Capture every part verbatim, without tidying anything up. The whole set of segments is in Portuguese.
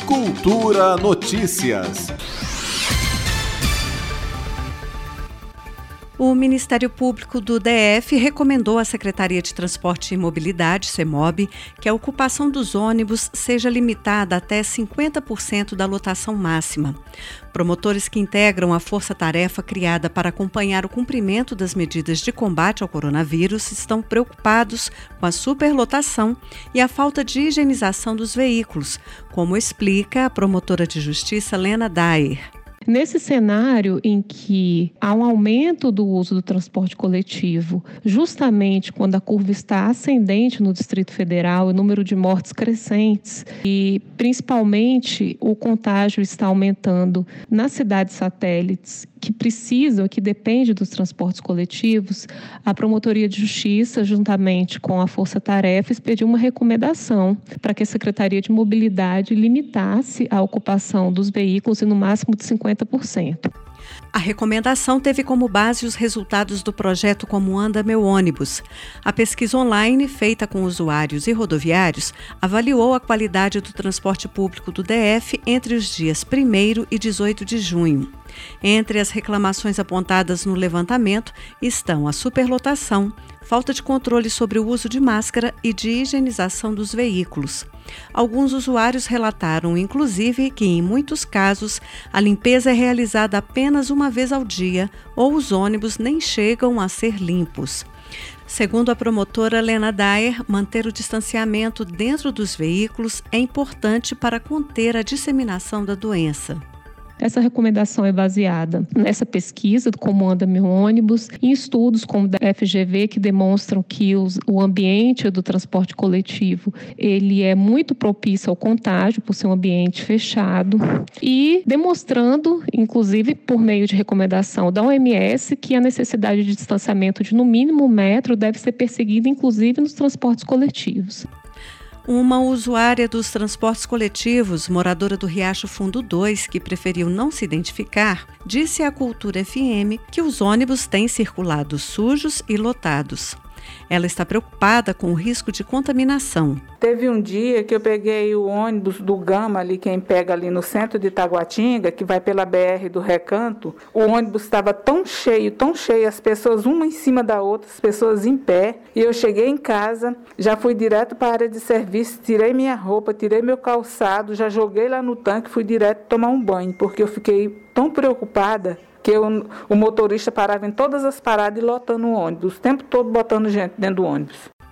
Cultura Notícias. O Ministério Público do D F recomendou à Secretaria de Transporte e Mobilidade, CEMOB, que a ocupação dos ônibus seja limitada até cinquenta por cento da lotação máxima. Promotores que integram a força-tarefa criada para acompanhar o cumprimento das medidas de combate ao coronavírus estão preocupados com a superlotação e a falta de higienização dos veículos, como explica a promotora de justiça Lena Daer. Nesse cenário em que há um aumento do uso do transporte coletivo, justamente quando a curva está ascendente no Distrito Federal, o número de mortes crescentes e, principalmente, o contágio está aumentando nas cidades satélites que precisam, que dependem dos transportes coletivos, a Promotoria de Justiça, juntamente com a Força Tarefa, expediu uma recomendação para que a Secretaria de Mobilidade limitasse a ocupação dos veículos em no máximo de cinquenta por cento. A recomendação teve como base os resultados do projeto Como Anda Meu Ônibus. A pesquisa online, feita com usuários e rodoviários, avaliou a qualidade do transporte público do D F entre os dias primeiro e dezoito de junho. Entre as reclamações apontadas no levantamento estão a superlotação, falta de controle sobre o uso de máscara e de higienização dos veículos. Alguns usuários relataram, inclusive, que, em muitos casos, a limpeza é realizada apenas uma vez ao dia ou os ônibus nem chegam a ser limpos. Segundo a promotora Lena Daer, manter o distanciamento dentro dos veículos é importante para conter a disseminação da doença. Essa recomendação é baseada nessa pesquisa do Como Anda Meu Ônibus, em estudos como da F G V que demonstram que os, o ambiente do transporte coletivo ele é muito propício ao contágio por ser um ambiente fechado e demonstrando, inclusive por meio de recomendação da O M S, que a necessidade de distanciamento de no mínimo um metro deve ser perseguida inclusive nos transportes coletivos. Uma usuária dos transportes coletivos, moradora do Riacho Fundo dois, que preferiu não se identificar, disse à Cultura F M que os ônibus têm circulado sujos e lotados. Ela está preocupada com o risco de contaminação. Teve um dia que eu peguei o ônibus do Gama, ali quem pega ali no centro de Taguatinga, que vai pela B R do Recanto. O ônibus estava tão cheio, tão cheio, as pessoas uma em cima da outra, as pessoas em pé. E eu cheguei em casa, já fui direto para a área de serviço, tirei minha roupa, tirei meu calçado, já joguei lá no tanque, fui direto tomar um banho, porque eu fiquei tão preocupada que eu, o motorista parava em todas as paradas e lotando o ônibus, o tempo todo botando gente dentro do ônibus.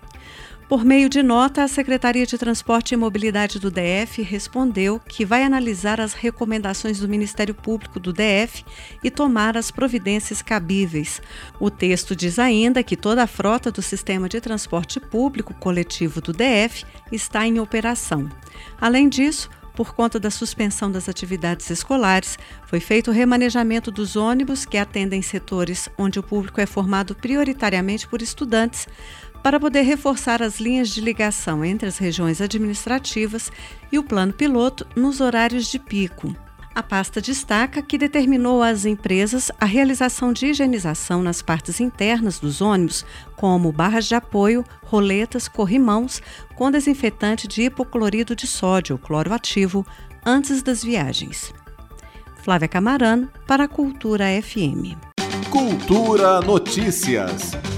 Por meio de nota, a Secretaria de Transporte e Mobilidade do D F respondeu que vai analisar as recomendações do Ministério Público do D F e tomar as providências cabíveis. O texto diz ainda que toda a frota do Sistema de Transporte Público Coletivo do D F está em operação. Além disso, por conta da suspensão das atividades escolares, foi feito o remanejamento dos ônibus que atendem setores onde o público é formado prioritariamente por estudantes, para poder reforçar as linhas de ligação entre as regiões administrativas e o plano piloto nos horários de pico. A pasta destaca que determinou às empresas a realização de higienização nas partes internas dos ônibus, como barras de apoio, roletas, corrimãos, com desinfetante de hipoclorido de sódio, cloro ativo, antes das viagens. Flávia Camarano, para a Cultura F M. Cultura Notícias.